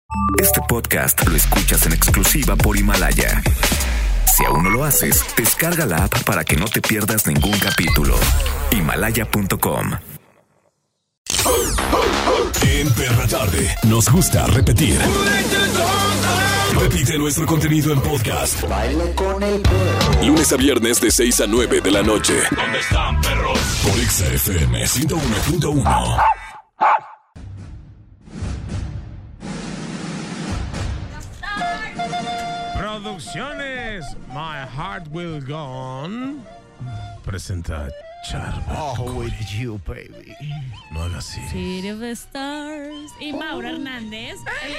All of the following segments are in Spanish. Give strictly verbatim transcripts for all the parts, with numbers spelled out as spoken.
Este podcast lo escuchas en exclusiva por Himalaya. Si aún no lo haces, descarga la app para que no te pierdas ningún capítulo. Himalaya punto com. En Perra Tarde nos gusta repetir. Repite nuestro contenido en podcast. Baila con el perro. Lunes a viernes de seis a nueve de la noche. ¿Dónde están, perros? Por X F M ciento uno punto uno. Producciones My Heart Will Go On presenta Charva. Oh, with you, baby. No hagas así. City of the Stars y Mauro Hernández.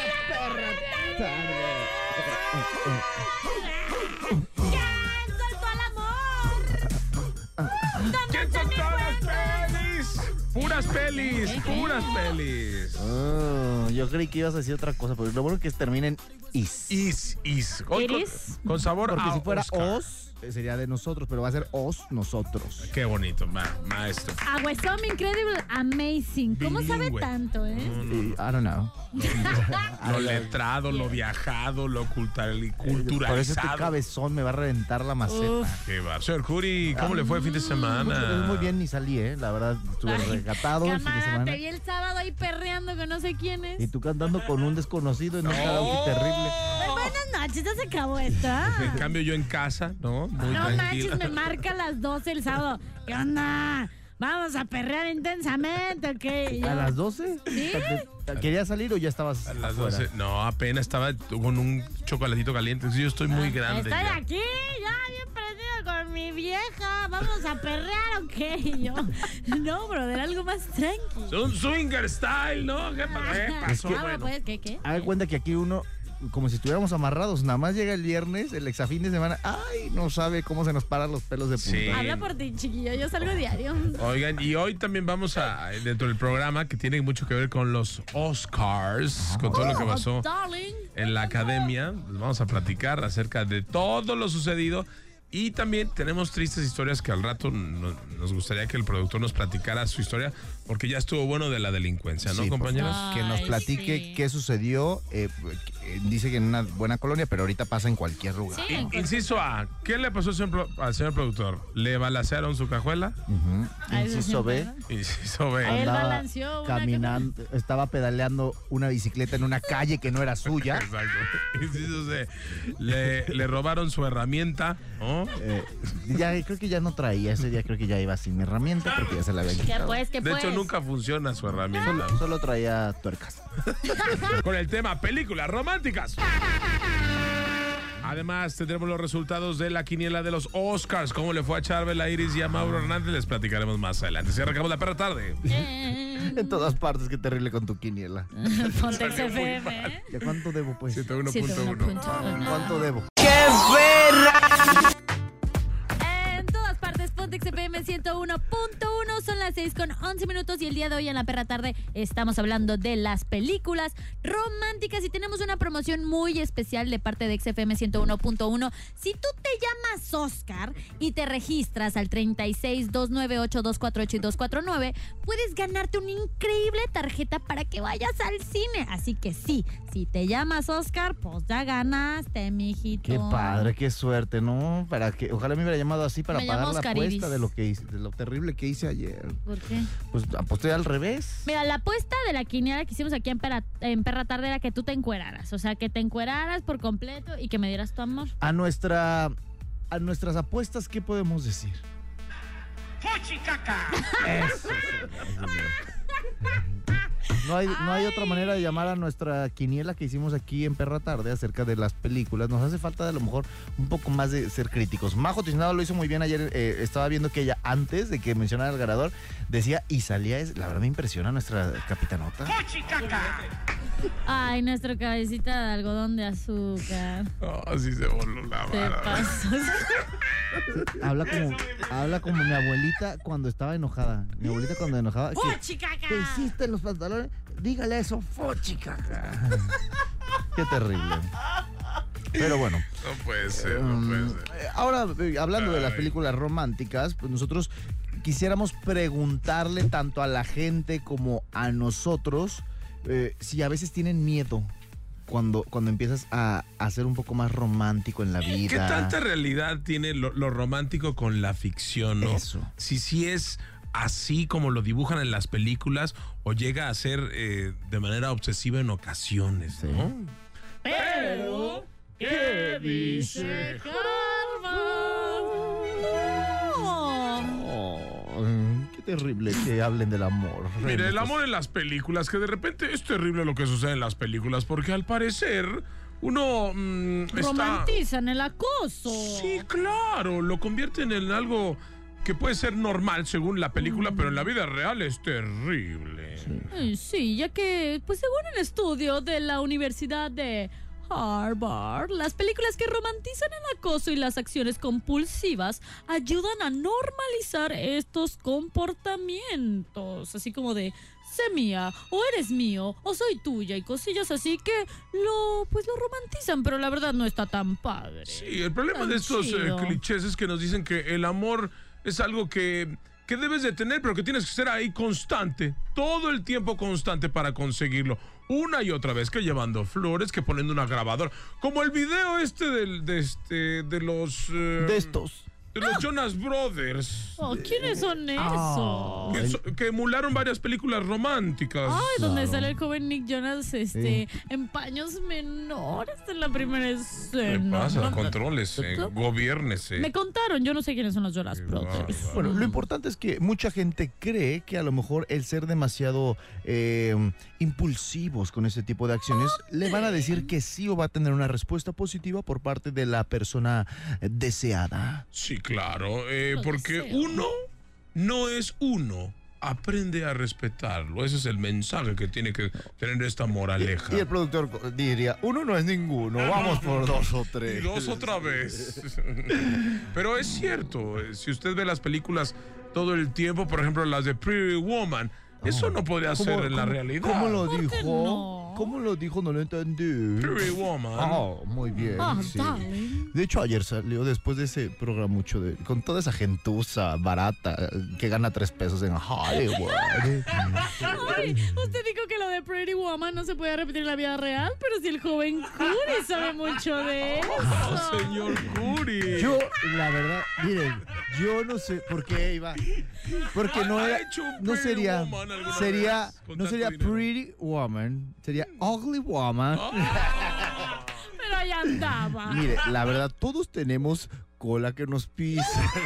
¿Quién soltó al amor? ¿Quién son todas las pelis? Puras pelis, ¿Qué, qué? puras pelis. Oh, yo creí que ibas a decir otra cosa, pero lo bueno que termina en is. Is, is. Con, con, ¿Iris? con sabor Porque a si fuera Oscar. os, eh, sería de nosotros, pero va a ser os nosotros. Qué bonito, ma, maestro. Aguesome Incredible Amazing. ¿Cómo sabe Bilingüe. tanto, eh? No, no, Y, I don't know. Lo letrado, lo viajado, lo cultural, culturalizado. Por eso este cabezón me va a reventar la maceta. Uf. Qué va. Señor Curi, ¿cómo le fue el fin de semana? Pues, muy bien, ni salí, ¿eh? La verdad, estuve Ay, regatado el fin de Cámara, semana. te vi el sábado ahí perreando con no sé quién es. Y tú cantando con un desconocido en un karaoke terrible. Ay, buenas noches, ya se acabó esto. ¿ah? En cambio yo en casa, ¿no? Muy No tranquila. manches, me marca a las doce el sábado. ¿Qué onda? ¿Vamos a perrear intensamente o qué? Y yo, ¿A las doce? ¿Sí? ¿Querías salir o ya estabas A las afuera? doce. No, apenas estaba con un chocolatito caliente. Sí, yo estoy muy grande. Estoy ya. aquí, ya bien prendido con mi vieja. ¿Vamos a perrear o qué? Y yo, no, brother, algo más tranqui. Es un swinger style, ¿no? ¿Qué pa- qué pasó? Ah, Bueno. pues, ¿qué, qué? Haga cuenta que aquí uno, como si estuviéramos amarrados, nada más llega el viernes, el exafín de semana, ay, no sabe cómo se nos paran los pelos de punta. Sí. Habla por ti, chiquillo, yo salgo diario. Oigan, y hoy también vamos a, dentro del programa, que tiene mucho que ver con los Oscars, con todo lo que pasó Oh, darling. en la academia. Les vamos a platicar acerca de todo lo sucedido. Y también tenemos tristes historias que al rato no- nos gustaría que el productor nos platicara su historia, porque ya estuvo bueno de la delincuencia, ¿no, Sí, por compañeros? favor. Que nos Ay, platique sí. qué sucedió. eh, que- dice que en una buena colonia, pero ahorita pasa en cualquier lugar. Sí, en- Inciso A, ¿qué le pasó al señor, pro- al señor productor? ¿Le balacearon su cajuela? Ujú. Ay, Inciso B. Inciso B. Él andaba balanceó una caminando, estaba pedaleando una bicicleta en una calle que no era suya. Exacto. Inciso C, le, le robaron su herramienta, ¿no? Eh, ya creo que ya no traía, ese día creo que ya iba sin herramienta porque ya se la había ¿Qué quitado. pues? ¿Qué De pues? hecho, nunca funciona su herramienta. Solo, solo traía tuercas. Con el tema películas románticas. Además, tendremos los resultados de la quiniela de los Oscars. ¿Cómo le fue a Charbel, a Iris y a Mauro Hernández? Les platicaremos más adelante. Si arrancamos la perra tarde. Eh, En todas partes, qué terrible con tu quiniela. Pontex F M, ¿eh? ¿Ya cuánto debo, pues? ciento uno ciento punto uno uno. punto uno. ¿Cuánto debo? En todas partes, Pontex F M ciento uno punto uno. Son las seis con once minutos y el día de hoy en la perra tarde estamos hablando de las películas románticas y tenemos una promoción muy especial de parte de X F M ciento uno punto uno. Si tú te llamas Oscar y te registras al treinta y seis, doscientos noventa y ocho, doscientos cuarenta y ocho y doscientos cuarenta y nueve, puedes ganarte una increíble tarjeta para que vayas al cine. Así que sí, si te llamas Oscar, pues ya ganaste, mijito. Qué padre, qué suerte, ¿no? Para que, ojalá me hubiera llamado así para Me pagar llamo la Oscar apuesta Iris. de lo que hice, de lo terrible que hice ayer. ¿Por qué? Pues aposté al revés. Mira, la apuesta de la quiniela que hicimos aquí en Perra, en Perra Tarde era que tú te encueraras. O sea, que te encueraras por completo y que me dieras tu amor. A nuestra, a nuestras apuestas, ¿qué podemos decir? Eso, eso, No hay, no hay otra manera de llamar a nuestra quiniela que hicimos aquí en Perra Tarde acerca de las películas. Nos hace falta a lo mejor un poco más de ser críticos. Majo Tiznado lo hizo muy bien ayer. Eh, estaba viendo que ella, antes de que mencionara al ganador, decía y salía. es- La verdad me impresiona nuestra capitanota. Ay, nuestra cabecita de algodón de azúcar. Oh, sí se voló la Te vara. pasas. Habla como, habla como mi abuelita cuando estaba enojada. Mi abuelita cuando enojaba. ¿Qué, ¡Fuchicaca! ¿Qué hiciste en los pantalones? Dígale eso, fochicaca. Qué terrible. Pero bueno. No puede ser, no puede Um, ser. eh, ahora, eh, hablando de las Ay. películas románticas, pues nosotros quisiéramos preguntarle tanto a la gente como a nosotros eh, si a veces tienen miedo cuando, cuando empiezas a, a ser un poco más romántico en la vida. ¿Qué tanta realidad tiene lo, lo romántico con la ficción, no? Eso. Si sí es así como lo dibujan en las películas o llega a ser eh, de manera obsesiva en ocasiones, Sí. ¿no? Pero, ¿qué dice Oh, qué terrible que hablen del amor. Mire, el amor en las películas, que de repente es terrible lo que sucede en las películas, porque al parecer uno mm, está... Romantizan el acoso. Sí, claro, lo convierten en algo que puede ser normal según la película, pero en la vida real es terrible. Ay, sí, ya que, pues según el estudio de la Universidad de Harvard, las películas que romantizan el acoso y las acciones compulsivas ayudan a normalizar estos comportamientos, así como de sé mía, o eres mío, o soy tuya, y cosillas así que lo, pues lo romantizan, pero la verdad no está tan padre. Sí, el problema Tan de estos eh, chido. clichés es que nos dicen que el amor es algo que, que debes de tener, pero que tienes que ser ahí constante, todo el tiempo constante para conseguirlo. Una y otra vez, que llevando flores, que poniendo una grabadora. Como el video este del, de, este, de los... eh, De estos. de los Jonas Brothers. Oh, ¿quiénes son esos? Que, so- que emularon varias películas románticas. Ay, donde Claro. sale el joven Nick Jonas este, en paños menores en la primera ¿Qué escena. pasa? No, Contrólese, ¿Tú? gobiérnese. Me contaron, yo no sé quiénes son los Jonas Qué Brothers. bárbaro. Bueno, lo importante es que mucha gente cree que a lo mejor el ser demasiado eh, impulsivos con ese tipo de acciones le van a decir que sí o va a tener una respuesta positiva por parte de la persona eh, deseada. Sí, claro, eh, Lo porque deseo. uno no es uno. Aprende a respetarlo. Ese es el mensaje que tiene que tener esta moraleja. Y el productor diría, uno no es ninguno, vamos por dos o Y tres. dos otra vez. Pero es cierto, eh, si usted ve las películas todo el tiempo, por ejemplo, las de Pretty Woman, eso no podría ¿Cómo- ser en la cómo- realidad. ¿Cómo lo ¿Por qué dijo? no? ¿Cómo lo dijo? No lo entendí. Pretty Woman. Oh, muy bien. Ah, sí. darling. De hecho, ayer salió después de ese programa mucho de con toda esa gentuza barata eh, que gana tres pesos en Hollywood. Ay, usted dijo que lo de Pretty Woman no se puede repetir en la vida real, pero si el joven Curry sabe mucho de eso. Oh, señor Curry. Yo, la verdad, miren, yo no sé por qué iba. Porque no ¿Ha era. hecho un No Pretty sería. Woman alguna Sería. vez con No tanto sería dinero? Pretty Woman. Sería Ugly Woman. Ah, Pero ahí andaba. Mire, la verdad, todos tenemos cola que nos pisa.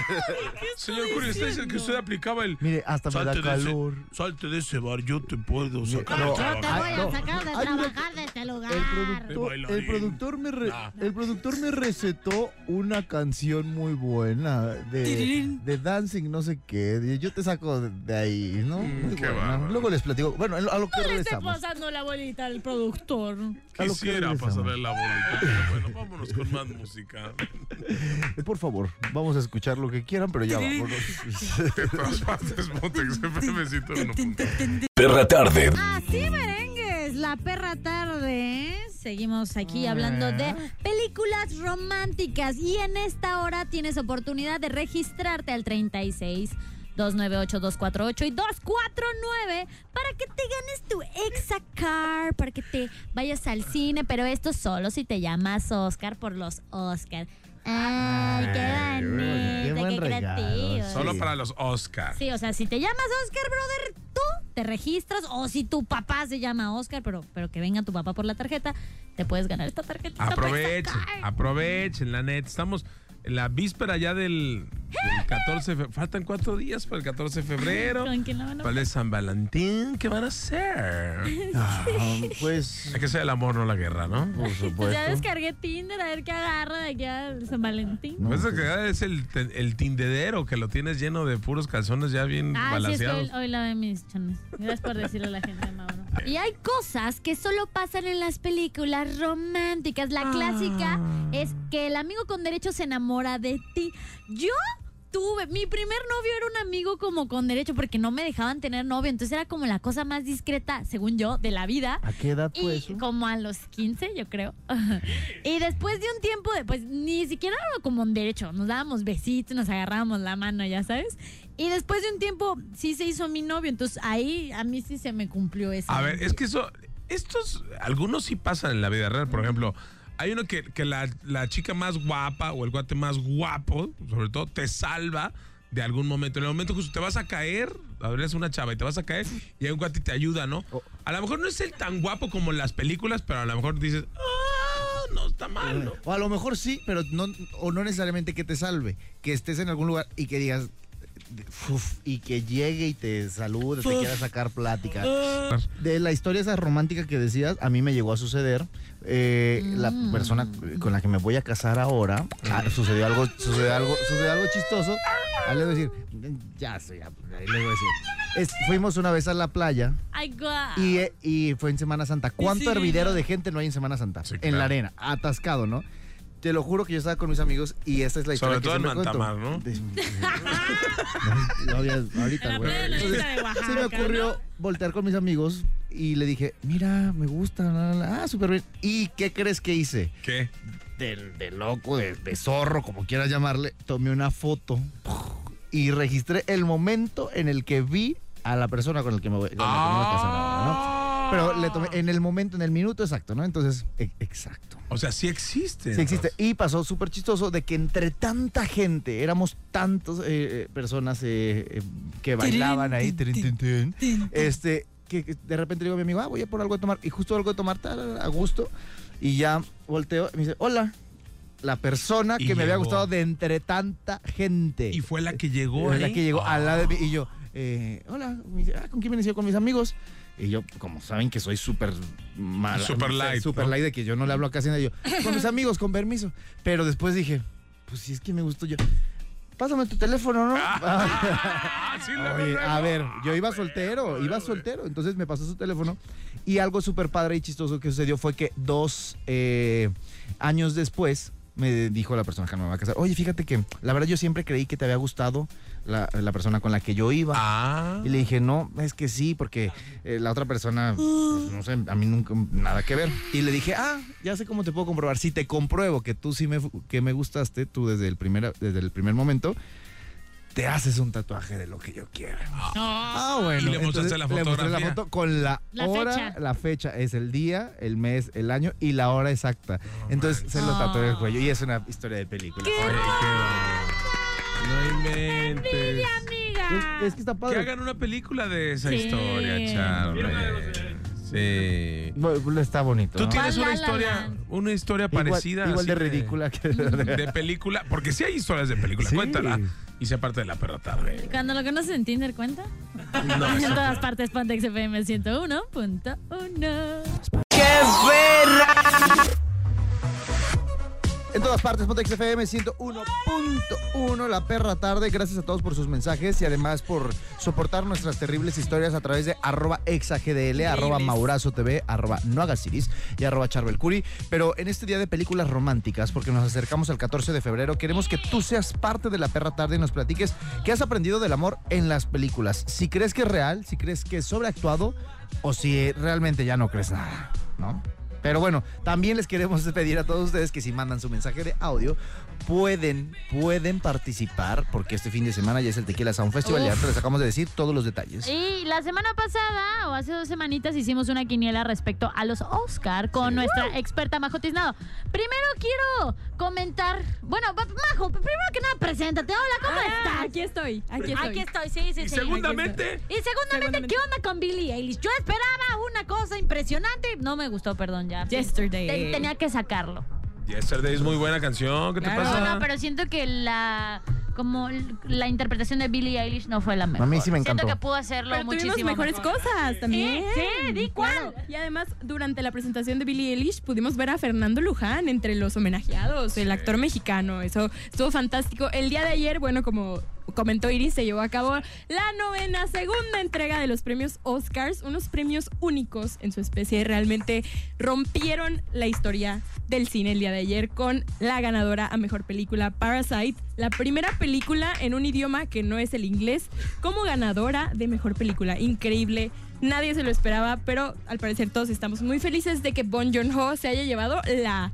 señor Curry, usted dice que usted aplicaba el... Mire, hasta me da Salte de, ese, calor. salte de ese bar, yo te puedo sacar no, de Yo te trabajar. voy a sacar de Ay, no. trabajar de este lugar. El De productor, bailarín. el productor me re- Nah. el productor me recetó una canción muy buena de, de Dancing no sé qué. de Yo te saco de, de ahí, ¿no? Mm, Muy qué buena. bárbaro. Luego les platico. Bueno, a lo que No le esté regresamos. pasando la bolita al productor. A lo que Quisiera regresamos. pasarle la bolita, pero bueno, vámonos con más música. Eh, Por favor, vamos a escuchar lo que quieran, pero ya vámonos. De todas partes, Montex F M ciento uno punto uno. Perra tarde. Así merengues, la perra tarde. Seguimos aquí hablando de películas románticas y en esta hora tienes oportunidad de registrarte al treinta y seis, dos nueve ocho, dos cuatro ocho y dos cuatro nueve para que te ganes tu Exacar, para que te vayas al cine, pero esto solo si te llamas Oscar por los Oscar. Ay, qué Ay, bonito, qué buen qué regalo, creativo. Solo Sí. para los Oscars. Sí, o sea, si te llamas Oscar, brother, tú te registras. O si tu papá se llama Oscar, pero, pero que venga tu papá por la tarjeta, te puedes ganar esta tarjetita. Aprovechen, para sacar. aprovechen, la neta. Estamos en la víspera ya del, del catorce de febrero. Faltan cuatro días para el catorce de febrero. ¿Con quién la van a Para el de San Valentín, ¿qué van a hacer? Ah, pues, Hay que ser el amor, no la guerra, ¿no? por Pues ya supuesto. descargué Tinder a ver qué agarra de aquí a San Valentín. No, Pues es pues- que es el, te- el tindedero que lo tienes lleno de puros calzones ya bien Ah, sí, es que hoy, balanceados. hoy la de mis chones. Gracias por decirle a la gente, Mauro. Y hay cosas que solo pasan en las películas románticas. La clásica es que el amigo con derecho se enamora de ti. Yo tuve, mi primer novio era un amigo como con derecho porque no me dejaban tener novio. Entonces era como la cosa más discreta, según yo, de la vida. ¿A qué edad fue Y eso? como a los quince, yo creo. Y después de un tiempo, de, pues ni siquiera era como un derecho. Nos dábamos besitos, nos agarrábamos la mano, ya sabes. Y después de un tiempo sí se hizo mi novio. Entonces ahí a mí sí se me cumplió eso. A ver, es que eso, estos, algunos sí pasan en la vida real. Por ejemplo, hay uno que, que la, la chica más guapa o el guate más guapo, sobre todo, te salva de algún momento. En el momento que te vas a caer, a ver, eres una chava y te vas a caer y hay un cuate y te ayuda, ¿no? A lo mejor no es el tan guapo como en las películas, pero a lo mejor dices, ah, no está mal, ¿no? O a lo mejor sí, pero no, o no necesariamente que te salve, que estés en algún lugar y que digas, uf, y que llegue y te salude, te quiera sacar plática. De la historia esa romántica que decías, a mí me llegó a suceder. Eh, mm. La persona con la que me voy a casar ahora, ah, sucedió algo, sucedió algo, sucedió algo chistoso. Ah, le voy a decir, ya sé, ya, le voy a decir. Es, fuimos una vez a la playa. Ay, guau. y, y fue en Semana Santa. ¿Cuánto sí, hervidero de gente no hay en Semana Santa? Sí, en claro. la arena, atascado, ¿no? Te lo juro que yo estaba con mis amigos y esta es la historia. Sobre que todo en Mantamar, cuento. ¿no? De, no, no, ahorita, güey. Entonces, se me ocurrió ¿no? voltear con mis amigos y le dije, mira, me gusta, la, la, la. Ah, súper bien. ¿Y qué crees que hice? ¿Qué? De, de loco, de, de zorro, como quieras llamarle, tomé una foto y registré el momento en el que vi a la persona con la que me voy, con la que me voy a casar ahora, ¿no? Pero le tomé en el momento, en el minuto exacto, ¿no? Entonces, e- exacto. O sea, sí existe. Sí existe. Y pasó súper chistoso de que entre tanta gente, éramos tantas eh, personas eh, eh, que bailaban ahí, tin, tin, tin, este, que, que de repente le digo a mi amigo, ah, voy a por algo de tomar. Y justo algo de tomar, tal, a gusto. Y ya volteo y me dice, hola. La persona que me había gustado de entre tanta gente. Y fue la que llegó, ¿eh? ¿eh? La que llegó oh. al lado de mí. Y yo, eh, hola. Me dice, ah, ¿con quién vienes? Yo con mis amigos. Y yo, como saben que soy súper mal, super light, súper ¿no? light, de que yo no le hablo a casi nadie. Yo, con mis amigos, con permiso. Pero después dije, pues si es que me gustó yo. Pásame tu teléfono, ¿no? Ah, sí, Oye, a ver, yo iba soltero, iba soltero. Entonces me pasó su teléfono. Y algo súper padre y chistoso que sucedió fue que dos eh, años después me dijo la persona que me va a casar, oye, fíjate que la verdad yo siempre creí que te había gustado la, la persona con la que yo iba. Ah. Y le dije, no, es que sí, porque eh, la otra persona, pues, no sé, a mí nunca, nada que ver. Y le dije, ah, ya sé cómo te puedo comprobar. Si te compruebo que tú sí me, que me gustaste, tú desde el primer, desde el primer momento, te haces un tatuaje de lo que yo quiera. Ah, ah bueno. Y le mostraste la fotografía. Le mostré la foto con la, la hora, fecha. la fecha. Es el día, el mes, el año y la hora exacta. No, Entonces man. se lo tatué en el cuello. Y es una historia de película. ¡Qué Oye, qué no inventes. envidia, amiga! Es, es que está padre. Que hagan una película de esa sí. historia, Charlie. Sí. Bueno, está bonito. Tú ¿no? tienes una La, la, historia, la. una historia parecida. Igual, igual de así ridícula que de película, porque sí hay historias de película. Sí. Cuéntala. Y sea parte de la perra tarde. Cuando lo conoces en Tinder, ¿cuenta? No, en eso- todas partes, Pontex F M ciento uno punto uno. En todas partes, Pontex F M ciento uno punto uno, la perra tarde. Gracias a todos por sus mensajes y además por soportar nuestras terribles historias a través de arroba exagdl, arroba maurazo tv, arroba no hagas iris y arroba charbelcuri. Pero en este día de películas románticas, porque nos acercamos al catorce de febrero, queremos que tú seas parte de la perra tarde y nos platiques qué has aprendido del amor en las películas. Si crees que es real, si crees que es sobreactuado o si realmente ya no crees nada, ¿no? Pero bueno, también les queremos pedir a todos ustedes que si mandan su mensaje de audio, pueden, pueden participar, porque este fin de semana ya es el Tequila Sound Festival y ahorita les acabamos de decir todos los detalles. Y la semana pasada, o hace dos semanitas, hicimos una quiniela respecto a los Oscar con sí. nuestra experta Majo Tiznado. Primero quiero comentar, bueno, Majo, primero que nada, preséntate. Hola, ¿cómo ah, estás? Aquí estoy, aquí estoy. Aquí estoy, sí, sí, Y sí. segundamente, Y segundamente, segundamente, ¿qué onda con Billie Eilish? Yo esperaba una cosa impresionante. No me gustó, perdón, ya. Yesterday. Ten- tenía que sacarlo. Yesterday es muy buena canción. ¿Qué Claro. te pasa? No, no, pero siento que la como la interpretación de Billie Eilish no fue la mejor. A mí sí me encantó. Siento que pudo hacerlo Pero tuvimos muchísimo mejores mejor. cosas también. Sí, sí, di cuál. Claro. Y además, durante la presentación de Billie Eilish, pudimos ver a Fernando Luján entre los homenajeados, el actor mexicano. Eso estuvo fantástico. El día de ayer, bueno, como comentó Iris, se llevó a cabo la novena segunda entrega de los premios Oscars, unos premios únicos en su especie. Realmente rompieron la historia del cine el día de ayer con la ganadora a mejor película, Parasite, la primera película en un idioma que no es el inglés como ganadora de mejor película. Increíble. Nadie se lo esperaba, pero al parecer todos estamos muy felices de que Bong Joon-ho se haya llevado la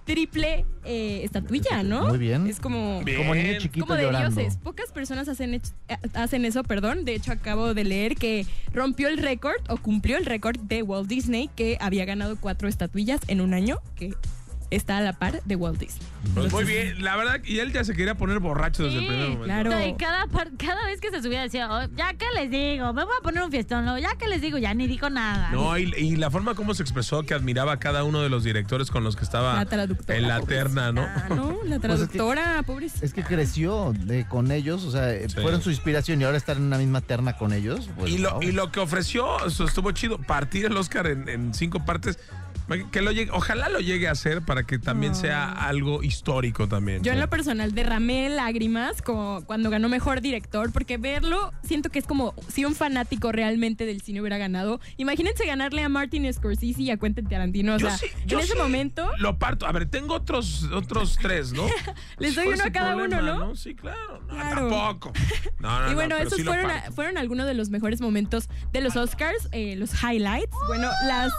triple eh, estatuilla, ¿no? Muy bien. Es como... Bien. Como niño chiquito Como de llorando. dioses. Pocas personas hacen, hech- eh, hacen eso, perdón. De hecho, acabo de leer que rompió el récord o cumplió el récord de Walt Disney, que había ganado cuatro estatuillas en un año, que está a la par de Walt Disney. Pues muy bien, la verdad, y él ya se quería poner borracho desde el Sí, primer momento. claro. No, y cada, par- cada vez que se subía decía, "Oh, ya que les digo, me voy a poner un fiestón, ¿no? Ya que les digo, ya ni dijo nada. No, y, y la forma como se expresó que admiraba a cada uno de los directores con los que estaba La traductora. en la terna, ¿no? Ah, no, la Pues es que- traductora, pobrecita. Es que creció de, con ellos, o sea, Sí. fueron su inspiración y ahora estar en una misma terna con ellos. Pues, Y lo, wow. y lo que ofreció, eso estuvo chido, partir el Oscar en, en cinco partes. Que lo llegue, ojalá lo llegue a hacer para que también sea algo histórico también. Yo en lo personal derramé lágrimas como cuando ganó Mejor Director, porque verlo siento que es como si un fanático realmente del cine hubiera ganado. Imagínense ganarle a Martin Scorsese y a Quentin Tarantino. O Yo sea, sí- en yo ese sí momento Lo parto. A ver, tengo otros, otros tres, ¿no? Les doy ¿Cuál uno es a el cada problema, uno, ¿no? Sí, claro. No, Claro. tampoco. No, no, y bueno, no, pero esos sí lo fueron, a- parto. fueron algunos de los mejores momentos de los Oscars, eh, los highlights. Bueno, las,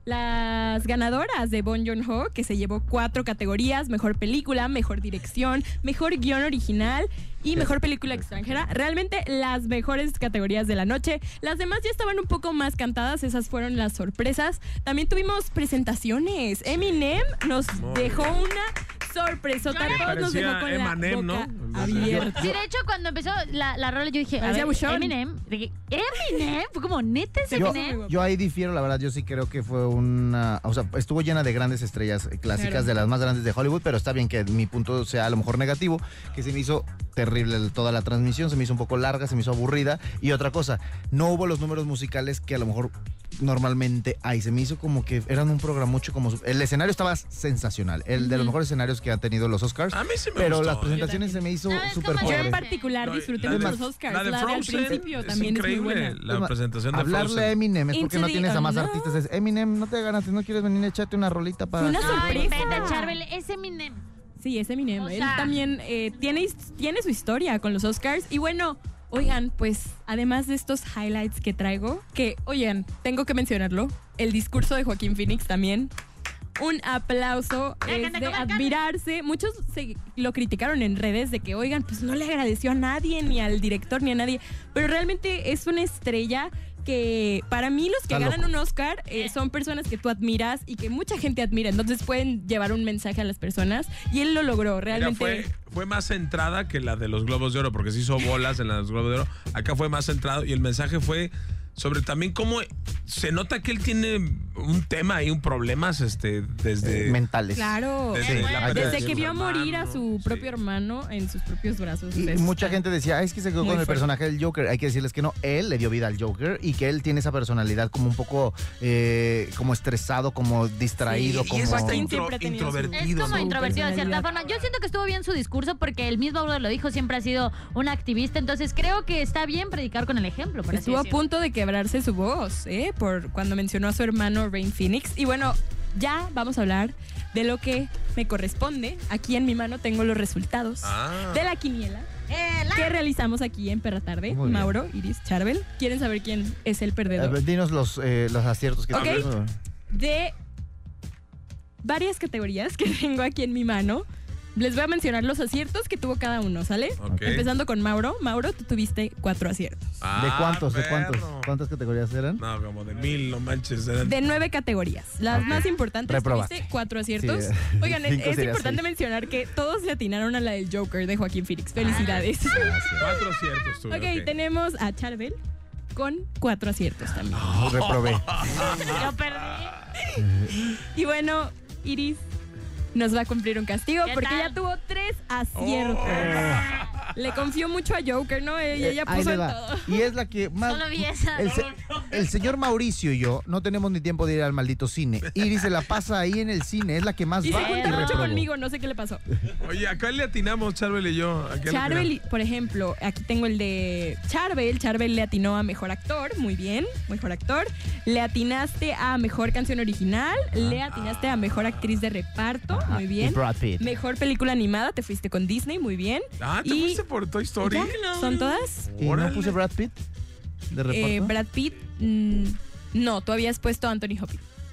las ganadoras de Bong Joon-ho, que se llevó cuatro categorías: mejor película, mejor dirección, mejor guión original y mejor película extranjera. Realmente las mejores categorías de la noche. Las demás ya estaban un poco más cantadas, esas fueron las sorpresas. También tuvimos presentaciones. Eminem nos Muy dejó una sorpresota. Me Todos nos dejó parecía con Eminem, la boca ¿no? abierta. Sí, de hecho, cuando empezó la, la rola, yo dije, a Parecía ver, Buchón. Eminem. Dije, ¿Eminem? Fue como, ¿neta es Yo, Eminem? yo ahí difiero, la verdad, yo sí creo que fue una... O sea, estuvo llena de grandes estrellas eh, clásicas, Claro. de las más grandes de Hollywood, pero está bien que mi punto sea a lo mejor negativo, que se me hizo terrible el- toda la transmisión, se me hizo un poco larga, se me hizo aburrida. Y otra cosa, no hubo los números musicales que a lo mejor normalmente hay. Se me hizo como que eran un programucho como... su- El escenario estaba sensacional, el de los mejores escenarios que han tenido los Oscars, A mí sí me pero gustó, las ¿eh? presentaciones se me hizo Ah, es súper como Yo Pobre. en pobre. particular No, disfruté la mucho de- los Oscars. La de al Frozen principio es también es muy increíble. buena. La presentación de Hablarle Frozen. a Eminem es porque Into no the tienes a más unknown. artistas. Es Eminem, no te ganas, no quieres venir, échate una rolita para... Fue una Ay, sorpresa. vete, Charbel, es Eminem. Sí, es Eminem. O Él sea- también eh, tiene, his- tiene su historia con los Oscars. Y bueno, oigan, pues además de estos highlights que traigo, que, oigan, tengo que mencionarlo, el discurso de Joaquín Phoenix también. Un aplauso, Ya, es canta, de canta, canta. admirarse. Muchos se lo criticaron en redes de que, oigan, pues no le agradeció a nadie, ni al director, ni a nadie. Pero realmente es una estrella que para mí los que Está ganan loco. un Oscar eh, son personas que tú admiras y que mucha gente admira. Entonces pueden llevar un mensaje a las personas y él lo logró. Mira, Realmente... fue, fue más centrada que la de los Globos de Oro, porque se hizo bolas en los Globos de Oro. Acá fue más centrado y el mensaje fue sobre también cómo se nota que él tiene un tema y un problemas este, desde... eh, mentales. Claro, Desde la pérdida desde de que su vio morir a hermano, su sí. propio hermano en sus propios brazos. Y Es- mucha gente decía, "Ay, es que se quedó Muy con el fuerte. personaje del Joker". Hay que decirles que no, él le dio vida al Joker y que él tiene esa personalidad como un poco eh, como estresado, como distraído, Sí, y como... es hasta Joaquín intro- siempre ha tenido su- introvertido. Es como ¿no? introvertido de cierta personalidad. forma. Yo siento que estuvo bien su discurso porque el mismo Auro lo dijo, siempre ha sido un activista. Entonces creo que está bien predicar con el ejemplo. Por así Estuvo a decirlo. punto de quebrarse su voz, ¿eh? Por cuando mencionó a su hermano Rain Phoenix. Y bueno, ya vamos a hablar de lo que me corresponde. Aquí en mi mano tengo los resultados Ah. de la quiniela Eh, la- que realizamos aquí en Perra Tarde. Muy bien. Mauro, Iris, Charbel. ¿Quieren saber quién es el A perdedor? ver, dinos los, eh, los aciertos que Ok. tienes. De varias categorías que tengo aquí en mi mano. Les voy a mencionar los aciertos que tuvo cada uno, ¿sale? Ok. Empezando con Mauro. Mauro, tú tuviste cuatro aciertos. Ah, ¿De cuántos? ¿De perro. cuántos? ¿Cuántas categorías eran? No, como de mil, no manches. eran- De nueve categorías. Las Ok. más importantes Reprobaste. tuviste cuatro aciertos. Sí, eh, Oigan, es, cinco es sería importante seis. mencionar que todos le atinaron a la del Joker de Joaquín Phoenix. Felicidades. Cuatro aciertos tuve. ok, ok. tenemos a Charbel con cuatro aciertos también. Reprobé. Yo perdí. Y bueno, Iris nos va a cumplir un castigo ¿Qué porque tal? ya tuvo tres aciertos. Le confió mucho a Joker, ¿no? Ella, ella Eh, ahí puso le en va. todo. Y es la que más... Solo vi esa. El, se- el señor Mauricio y yo no tenemos ni tiempo de ir al maldito cine. Iris se la pasa ahí en el cine, es la que más Y se va y junta mucho reprobó. conmigo, no sé qué le pasó. Oye, acá le atinamos, Charbel y yo. ¿A qué le Charbel, atinamos? por ejemplo, aquí tengo el de Charbel. Charbel le atinó a Mejor Actor, muy bien, Mejor Actor. Le atinaste a Mejor Canción Original. Le atinaste a Mejor Actriz de Reparto, muy Y bien. Brad Pitt. Mejor Película Animada, te fuiste con Disney, muy bien. Ah, ¿te Y- fuiste por Toy Story? ¿Ya? ¿Son todas? ¿Y no Órale. puse Brad Pitt? ¿De reparto? Eh, Brad Pitt, mm, no, tú habías puesto a Anthony Hopkins.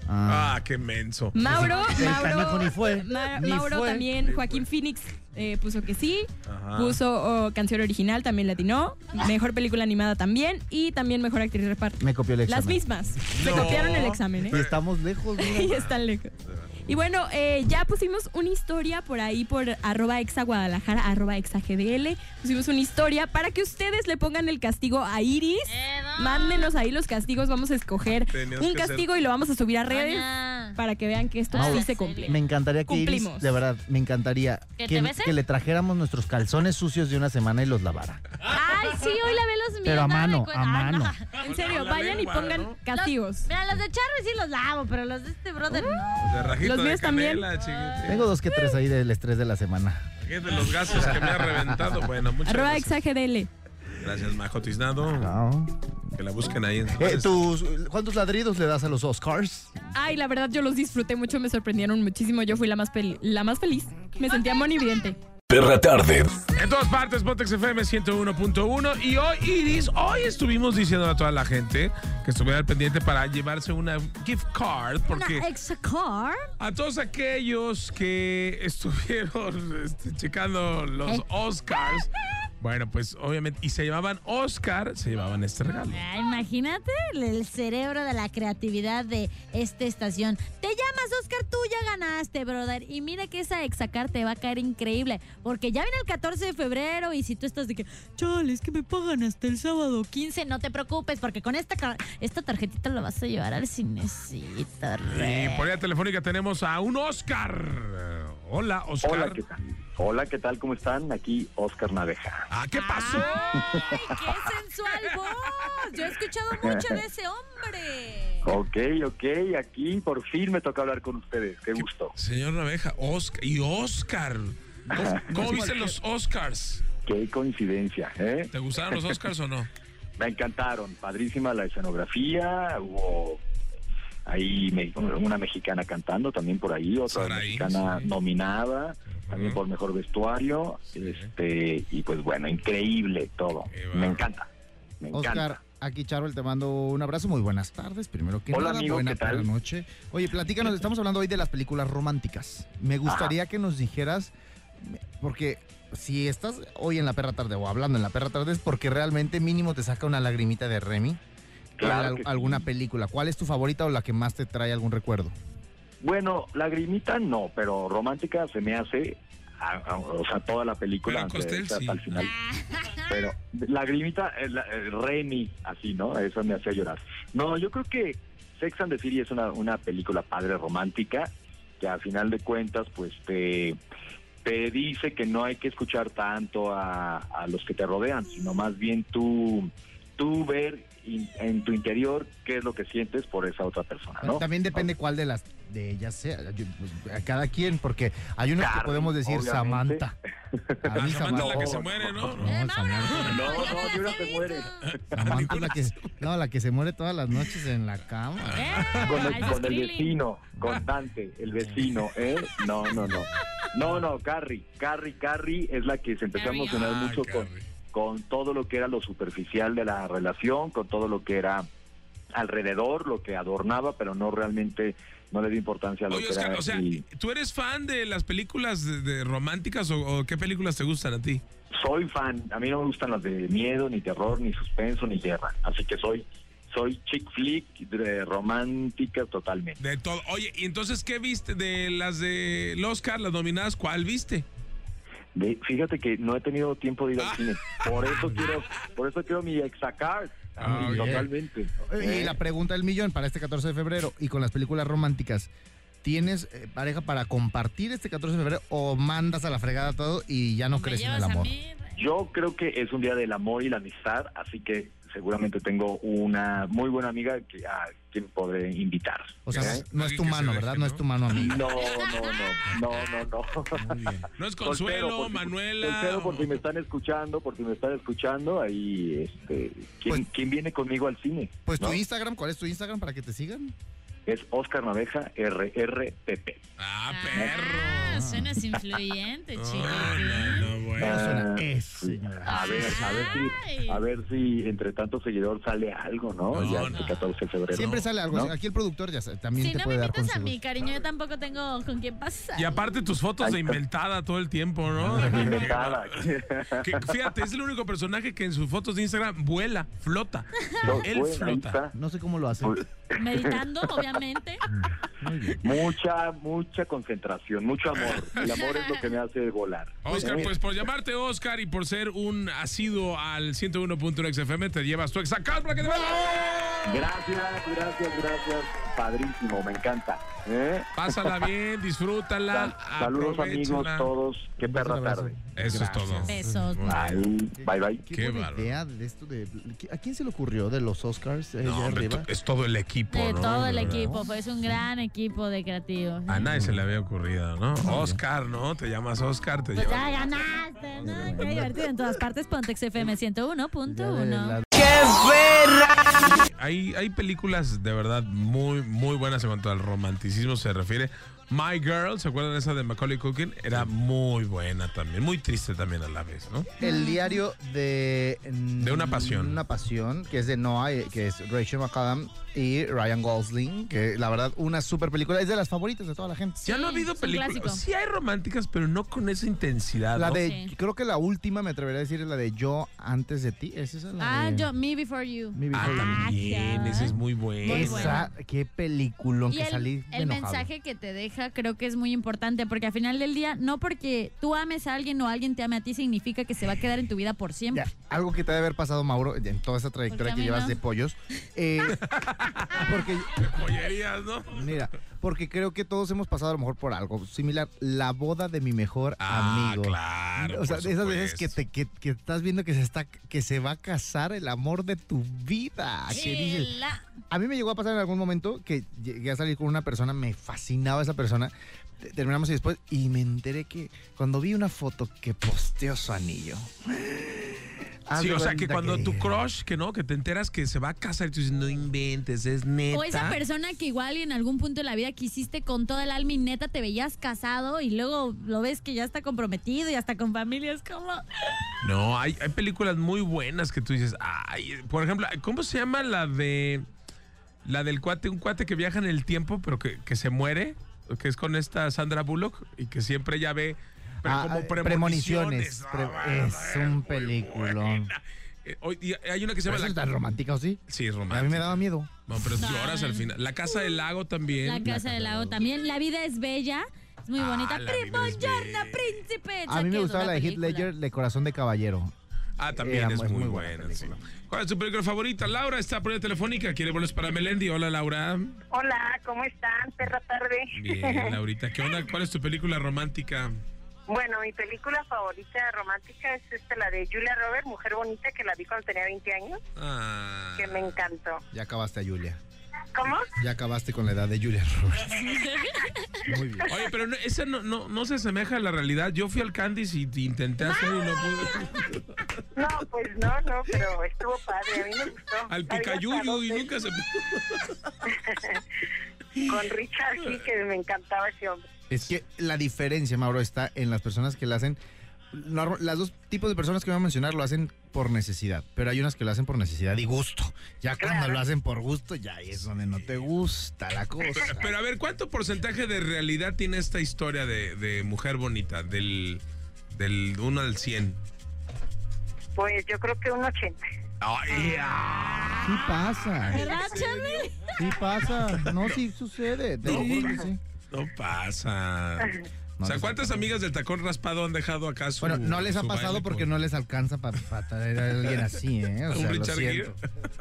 Ah, qué menso. Mauro, El Mauro, canaco ni fue, Ma- ni Mauro fue. también, Joaquín Phoenix eh, puso que sí, Ajá. puso oh, canción original, también latinó, mejor película animada también y también mejor actriz de reparto. Me copió el examen. Las mismas. Se No. copiaron el examen, ¿eh? Y estamos lejos, mira. Y están lejos. Y bueno, eh, ya pusimos una historia por ahí por arroba exa Guadalajara, arroba exa G D L. Pusimos una historia para que ustedes le pongan el castigo a Iris. Mándenos ahí los castigos, vamos a escoger Tenías un que castigo y lo vamos a subir a redes Doña. para que vean que esto Mauro, sí se cumple. Me encantaría que Iris, Cumplimos. de verdad, me encantaría ¿Que que, te bese? que le trajéramos nuestros calzones sucios de una semana y los lavara. Ay, sí, hoy lavé los míos. Pero a nada me mano, cuesta. a Ah, mano. no. En serio, Con la vayan lengua, y pongan ¿no? castigos. Mira, los de Charlie sí los lavo, pero los de este brother no. De rajito Los de míos también. canela, chiquitín. Tengo dos que tres ahí del estrés de la semana. Aquí de los gases que me ha reventado. Bueno, muchas Arroba gracias. exa G D L. Gracias, Majo Tiznado. No. Que la busquen ahí en Eh, tus, ¿Cuántos ladridos le das a los Oscars? Ay, la verdad yo los disfruté mucho, me sorprendieron muchísimo. Yo fui la más, fel- la más feliz. Me sentía monividente. Perra tarde. En todas partes, Pontex F M ciento uno punto uno. Y hoy, Iris, hoy estuvimos diciendo a toda la gente que estuviera al pendiente para llevarse una gift card. Porque Una extra car. a todos aquellos que estuvieron este, checando los ¿Eh? Oscars, bueno, pues obviamente, y se llevaban Oscar, se llevaban este regalo. Ah, imagínate el cerebro de la creatividad de esta estación. Te llamas Oscar, tú ya ganaste, brother. Y mira que esa exacar te va a caer increíble. Porque ya viene el catorce de febrero y si tú estás de que, chale, es que me pagan hasta el sábado quince, no te preocupes porque con esta, car- esta tarjetita la vas a llevar al cinecito, Y re. por vía telefónica tenemos a un Oscar. Hola, Oscar. Hola, ¿qué tal? Hola, ¿qué tal? ¿Cómo están? Aquí Oscar Naveja. Ah, ¿qué pasó? ¡Ay, qué sensual voz! Yo he escuchado mucho de ese hombre. Ok, ok, aquí por fin me toca hablar con ustedes. Qué gusto. Señor Naveja, Oscar. Y Oscar. ¿Cómo, cómo viste los Oscars? Qué coincidencia, ¿eh? ¿Te gustaron los Oscars o no? Me encantaron. Padrísima la escenografía. Hubo ahí me- una mexicana cantando también por ahí, otra Saraí, mexicana sí. nominada. También Ajá. por mejor vestuario. Este, y pues bueno, increíble todo. Qué Me bárbaro. encanta. Me encanta. Oscar, aquí Charol, te mando un abrazo. Muy buenas tardes, primero que Hola, nada. amigo, buena ¿qué tal? buena noche. Oye, platícanos, estamos hablando hoy de las películas románticas. Me gustaría que nos dijeras, porque si estás hoy en la perra tarde o hablando en la perra tarde es porque realmente mínimo te saca una lagrimita de Remy. Claro Al- que sí. alguna película. ¿Cuál es tu favorita o la que más te trae algún recuerdo? Bueno, lagrimita no, pero romántica se me hace, a- a- o sea, toda la película, Pero aunque Costel, sea sí. hasta el final. Pero lagrimita, eh, la- eh, Remy, así, ¿no? Eso me hacía llorar. No, yo creo que Sex and the City es una, una película padre romántica que a final de cuentas, pues te, te dice que no hay que escuchar tanto a, a los que te rodean, sino más bien tú, tú ver in- en tu interior qué es lo que sientes por esa otra persona, ¿no? También depende cuál de las de ellas sea. Yo, pues, a cada quien, porque hay unos que Carmen, podemos decir obviamente. Samantha. A Ah, mí Samantha es la que no, se muere, ¿no? No, Samantha. No, no, ni una se muere. Samantha es la que, no, la que se muere todas las noches en la cama. Con Ay, el, con el Krillin. vecino, con Dante, el vecino, ¿eh? No, no, no. No, no, Carrie, Carrie, Carrie es la que se empezó a Carrie. emocionar Ah, mucho con, Carrie. con todo lo que era lo superficial de la relación, con todo lo que era alrededor, lo que adornaba, pero no realmente, no le dio importancia a lo Oye, que Oscar, era. o sea, y ¿tú eres fan de las películas de, de románticas o, o qué películas te gustan a ti? soy fan, a mí no me gustan las de miedo, ni terror, ni suspenso, ni guerra, así que soy, soy chick flick, de romántica totalmente. De todo. Oye, ¿y entonces qué viste de las de los Oscar, las nominadas? ¿Cuál viste? De- fíjate que no he tenido tiempo de ir al Ah. cine. Por eso quiero, por eso quiero mi exacar. Ah, bien. totalmente. Y ¿Eh? la pregunta del millón para este catorce de febrero y con las películas románticas. ¿Tienes eh, pareja para compartir este catorce de febrero o mandas a la fregada todo y ya no Me crees en llevas el a amor? mí, re. Yo creo que es un día del amor y la amistad, así que seguramente tengo una muy buena amiga que, a quien podré invitar. O sea, ¿Eh? no es Alguien tu que mano, se ¿verdad? deje, No ¿no? es tu mano amiga. No, no, no, no, no, no. Muy bien. No es Soltero, Consuelo, por si- Manuela. soltero por o- si me están escuchando, por si me están escuchando, ahí, este, ¿quién, Pues- quién viene conmigo al cine? Pues tu ¿No? Instagram, ¿cuál es tu Instagram para que te sigan? Es Oscar Naveja, R R P P. Ah, Ah, perro. suena así influyente, No, chiquitín. no, no, bueno. Eso suena Ah, es, sí. señora. A ver, a ver Ay. si, a ver si entre tanto seguidor sale algo, ¿no? No, ya no. este catorce de febrero. Siempre sale algo. ¿No? Aquí el productor ya sabe, también Si te no me puede dar invitas a consejos. mí, cariño, yo tampoco tengo con quién pasar. Y aparte tus fotos de inventada todo el tiempo, ¿no? Inventada. Que, fíjate, es el único personaje que en sus fotos de Instagram vuela, flota. No, Él bueno, ahí flota. está. No sé cómo lo hace. Pues, Meditando, obviamente. Muy bien. mucha, mucha concentración, mucho amor. El amor es lo que me hace volar. Oscar, ¿Eh? pues por llamarte Oscar y por ser un asiduo al ciento uno punto uno X F M, te llevas tu exacal para que te vaya. Gracias, gracias, gracias. Padrísimo, me encanta. ¿Eh? Pásala bien, disfrútala. Sal- Saludos amigos aprovechala. todos. Qué Un beso, perra un abrazo. tarde. Eso es todo. Besos. Muy bien. Bye, bye, bye. Qué, Qué buena bárbaro. idea de esto de... ¿A quién se le ocurrió de los Oscars? eh, No, allá hombre, arriba? to- es todo el equipo, De ¿no? todo el De verdad. equipo, fue es un gran equipo de creativos. A nadie se le había ocurrido, ¿no? Oscar, ¿no? Te llamas Oscar, te Pues llevas. ya ganaste, ¿no? Qué divertido en todas partes. Pontex F M ciento uno punto Ya de uno. la- Hay, hay películas de verdad muy, muy buenas en cuanto al romanticismo se refiere. My Girl, ¿se acuerdan de esa de Macaulay Culkin? Era muy buena también, muy triste también a la vez, ¿no? El diario de... De una pasión. Una pasión, que es de Noah, eh, que es Rachel McAdams y Ryan Gosling, que la verdad, una super película. Es de las favoritas de toda la gente. Ya no ha Sí, habido es un películas. clásico. Sí hay románticas, pero no con esa intensidad. La ¿no? de, Sí. creo que la última, me atrevería a decir, es la de Yo antes de ti. ¿Es esa la Ah, de- yo, Me Before You. Me Ah, Before You? también, Ajá. esa es muy buena. Muy Esa, qué película, Y que salí el, el enojado. mensaje que te deja creo que es muy importante porque al final del día, no porque tú ames a alguien o alguien te ame a ti significa que se va a quedar en tu vida por siempre. Ya, algo que te debe haber pasado, Mauro, en toda esta trayectoria Porque a que mí llevas no. de pollos. Eh, porque, Pollerías, ¿no? mira, porque creo que todos hemos pasado a lo mejor por algo similar. La boda de mi mejor Ah, amigo. claro. O sea, por de esas veces que, supuesto. te, que, que estás viendo que se está que se va a casar el amor de tu vida. Que dices, La- a mí me llegó a pasar en algún momento que llegué a salir con una persona, me fascinaba esa persona. te- Terminamos y después, y me enteré que cuando vi una foto que posteó su anillo. haz Sí, de o sea, que cuenta cuando tu dije, crush, que no, que te enteras que se va a casar y tú dices, no inventes, es neta. O esa persona que igual en algún punto de la vida quisiste con toda el alma y neta te veías casado y luego lo ves que ya está comprometido y hasta con familia, es como... No, hay, hay películas muy buenas que tú dices, ay, por ejemplo, ¿cómo se llama la de la del cuate, un cuate que viaja en el tiempo, pero que, que se muere, que es con esta Sandra Bullock y que siempre ya ve pre- Ah, como eh, premoniciones. premoniciones. No, Pre- bueno, es eh, un muy peliculón. buena. Eh, hoy- y hay una que se ¿Pero llama eso es la... tan romántica o sí? Sí, es A mí romántica. me daba miedo. No, pero lloras al final. La Casa del Lago también. La Casa del Lago también. La vida es bella. Es muy Ah, bonita. La Pri- vida es Buongiorno, bella. príncipe. A mí me Esa gustaba que la de es una Heath película. Ledger de Corazón de Caballero. Ah, también Era es muy- muy, muy buena buena. sí. película. ¿Cuál es tu película favorita? Laura está por la telefónica. ¿Quiere boletos para Melendi? Hola, Laura. Hola, ¿cómo están? Perra tarde. Bien, Laurita. ¿Qué onda? ¿Cuál es tu película romántica? Bueno, mi película favorita romántica es esta, la de Julia Roberts, Mujer Bonita, que la vi cuando tenía veinte años, Ah. que me encantó. Ya acabaste a Julia. ¿Cómo? Ya acabaste con la edad de Julia Roberts. Muy bien. Oye, pero no, esa no, no, no se asemeja a la realidad. Yo fui al Candice y y intenté hacer y no pude. No, pues no, no, pero estuvo padre, a mí me gustó. Al La vi hasta picayuyo dos y veces nunca se. Con Richard Gere, que me encantaba ese hombre. Es que la diferencia, Mauro, está en las personas que la hacen. norm- Las dos tipos de personas que voy a mencionar lo hacen por necesidad, pero hay unas que lo hacen por necesidad y gusto. Ya cuando Claro. lo hacen por gusto, ya ahí es donde no te gusta la cosa. Pero, pero a ver, ¿cuánto porcentaje de realidad tiene esta historia de, de Mujer Bonita? Del, del uno al cien. Pues yo creo que un ochenta. Ay, ah. Sí pasa. ¿Verdad, Charlie? Sí pasa. No, sí sucede. Te lo juro que sí. No pasa. No O sea, les ¿cuántas ha amigas del tacón raspado han dejado acá su Bueno, no les ha su pasado baile porque por- no les alcanza para traer a alguien así, ¿eh? O un sea, lo Richard Gere? siento.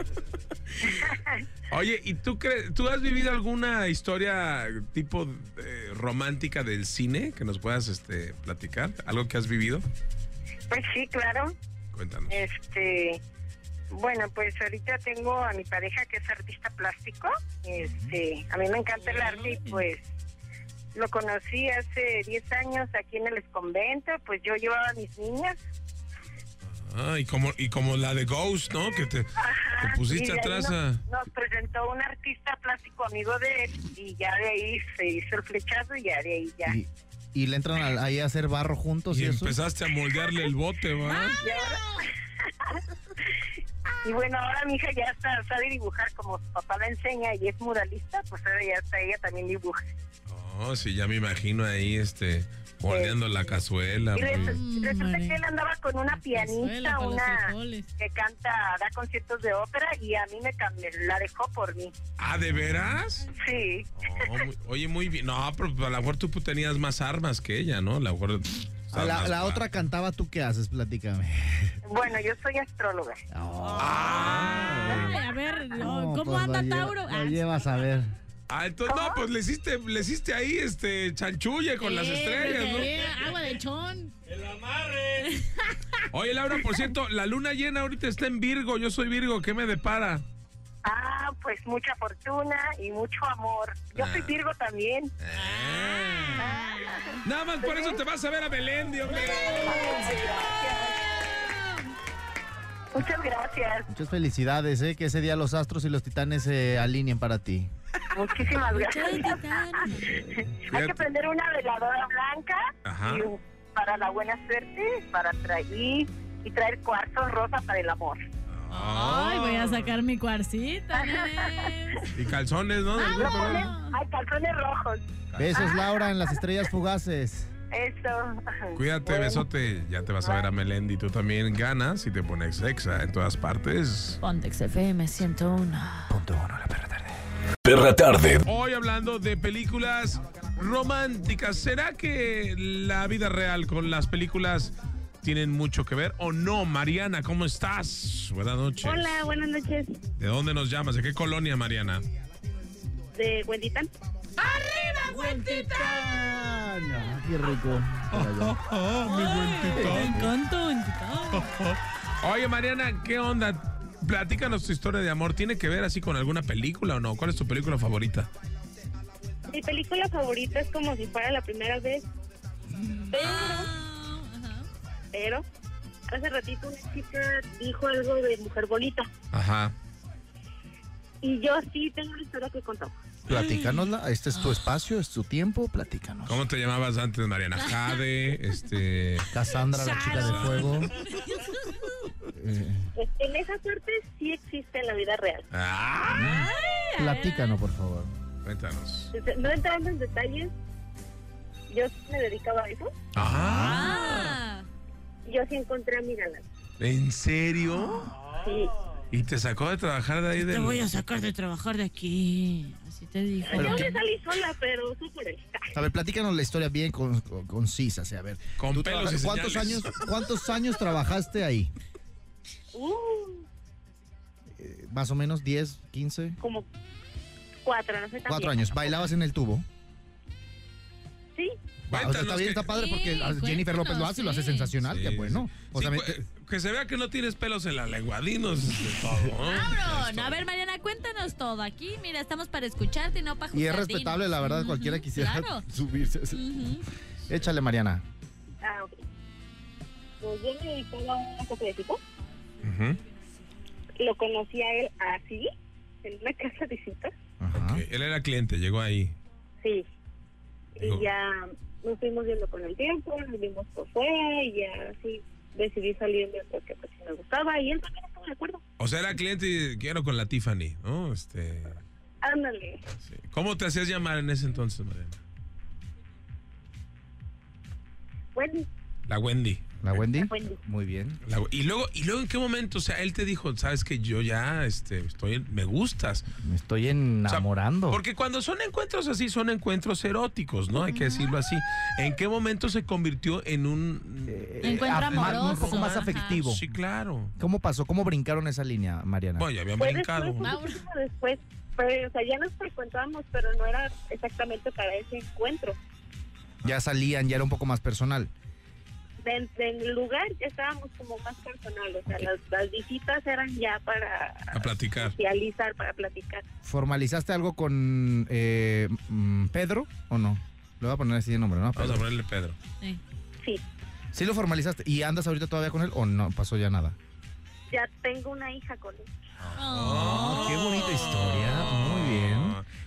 Oye, ¿y tú crees, tú has vivido alguna historia tipo eh, romántica del cine que nos puedas este, platicar? ¿Algo que has vivido? Pues sí, claro. Cuéntanos. Este, bueno, pues ahorita tengo a mi pareja que es artista plástico. Este, a mí me encanta el arte y pues lo conocí hace diez años aquí en el exconvento, pues yo llevaba a mis niñas. Ah, y como, y como la de Ghost, ¿no? Que te, te Ajá, pusiste y de ahí atrás nos, a... nos presentó un artista plástico amigo de él y ya de ahí se hizo el flechazo y ya de ahí ya. Y, Y le entran a- ahí a hacer barro juntos y, Y eso. empezaste a moldearle el bote, ¿va? Y ahora... Y bueno, ahora mi hija ya está, sabe dibujar como su papá la enseña y es muralista, pues ahora ya está, ella también dibuja. Oh, sí, ya me imagino ahí, este, moldeando la cazuela. Y res- muy- resulta Hombre. que él andaba con una pianista, Cazuela para los una frijoles. que canta, da conciertos de ópera y a mí me, cam- me la dejó por mí. Ah, ¿de veras? Sí. Oh, muy- oye, muy bien. No, pero a lo mejor tú tenías más armas que ella, ¿no? A lo mejor... A la, más la pa- otra cantaba, ¿tú qué haces? Platícame. Bueno, yo soy astróloga. Ay, a ver, no, ¿cómo pues anda lo lleva- Tauro? Lo Ah, llevas a ver. Ah, entonces, no, pues le hiciste, le hiciste ahí, este, chanchulle con las eh, estrellas, ¿no? eh, agua de chón. Oye, Laura, por cierto, la luna llena ahorita está en Virgo. Yo soy Virgo. ¿Qué me depara? Ah, pues mucha fortuna y mucho amor. Yo soy Ah. Virgo también. Ah. Nada más por eso te vas a ver a Melendi, hombre. Muchas gracias. Muchas felicidades, ¿eh? Que ese día los astros y los titanes se alineen para ti. Muchísimas gracias. Hay Fíjate. que prender una veladora blanca Ajá. y para la buena suerte, para traer y traer cuarzo rosa para el amor. Ay, voy a sacar mi cuarcita, nenes. Y calzones, ¿no? Lo ponen, hay calzones rojos. Besos, Laura, en las estrellas fugaces. Eso. Cuídate, Bueno, besote. Ya te vas a ver a Melendi. Tú también ganas y te pones sexa en todas partes. Pontex F M ciento uno. Punto uno, la perra tarde. Perra tarde. Hoy hablando de películas románticas. ¿Será que la vida real con las películas tienen mucho que ver o no? Mariana, ¿cómo estás? Buenas noches. Hola, buenas noches. ¿De dónde nos llamas? ¿De qué colonia, Mariana? De Huentitán. Ah, no, qué rico. Me encanta, me encanta. Oye, Mariana, ¿qué onda? Platícanos tu historia de amor. ¿Tiene que ver así con alguna película o no? ¿Cuál es tu película favorita? Mi película favorita es Como si fuera la primera vez. Pero, pero, hace ratito una chica dijo algo de Mujer Bonita. Ajá. Y yo sí tengo una historia que contar. Platícanosla. Este es tu espacio, es tu tiempo. Platícanos. ¿Cómo te llamabas antes, Mariana? Jade, este... Cassandra, la chica de fuego. Eh, Pues en esa parte sí existe en la vida real. ¡Ah! platícanos, por favor. Cuéntanos. Desde- No entrando en detalles, yo sí me dedicaba a eso. ¡Ah! Ah. Yo sí encontré a mi galán. ¿En serio? Sí. ¿Y te sacó de trabajar de ahí Te del...? voy a sacar de trabajar de aquí. Así te dijo. Yo me salí sola, pero fue por él. A ver, platícanos la historia bien con, con- concisa. O sea, a ver. Con ¿tú pelos trabajas- y ¿cuántos señales. años, ¿Cuántos años trabajaste ahí? Uh, Eh, más o menos diez, quince. como cuatro, no sé tan Cuatro bien. años. ¿Bailabas en el tubo? Sí. Va, o sea, está Cuéntanos bien, que- está padre porque Sí, a Jennifer López lo hace y lo hace cuéntanos, sensacional. Sí, Qué bueno. sí. O sea, Sí, me- pues, que se vea que no tienes pelos en la lengua. Dinos de todo, ¿no? Cabrón. A ver, Mariana, cuéntanos todo. Aquí, mira, estamos para escucharte y no para y es juzgar. respetable, Dinos. la verdad, Ujú, cualquiera quisiera Claro. subirse. Ujú. Échale, Mariana. Ah, ok. Pues yo me dedicaba a una cafecita. Ujú. Lo conocí a él así, en una casa de citas. Ajá. Ok, él era cliente, llegó ahí. Sí. Digo- Y ya nos fuimos viendo con el tiempo, nos vimos por fuera y ya así decidí salirme porque pues me gustaba y él también estuvo de acuerdo. O sea, era cliente y quiero con la Tiffany, ¿no? Este... Ándale. sí. ¿Cómo te hacías llamar en ese entonces, Mariana? Bueno, La Wendy. ¿La Wendy? Wendy. Muy bien. La- y luego, y luego en qué momento, o sea, él te dijo, sabes que yo ya, este, estoy, en- me gustas. Me estoy O sea, enamorando. porque cuando son encuentros así, son encuentros eróticos, ¿no? Hay que decirlo así. ¿En qué momento se convirtió en un... Eh, Encuentro ah, más- amoroso. Un poco más Ajá. afectivo. Sí, claro. ¿Cómo pasó? ¿Cómo brincaron esa línea, Mariana? Bueno, ya habían Fue brincado. después, un poquito después, pues, o sea, ya nos frecuentábamos, pero no era exactamente para ese encuentro. Ya salían, ya era un poco más personal. En, en el lugar ya estábamos como más personal, o sea, Ok. las, las visitas eran ya para A platicar. socializar, para platicar. ¿Formalizaste algo con eh, mm, Pedro o no? Le voy a poner así de nombre, ¿no? Vamos a Pedro. ponerle Pedro. Sí. Sí, ¿Sí lo formalizaste? ¿Y andas ahorita todavía con él o no pasó ya nada? ya tengo una hija con él. Oh, qué bonita historia. Muy bien.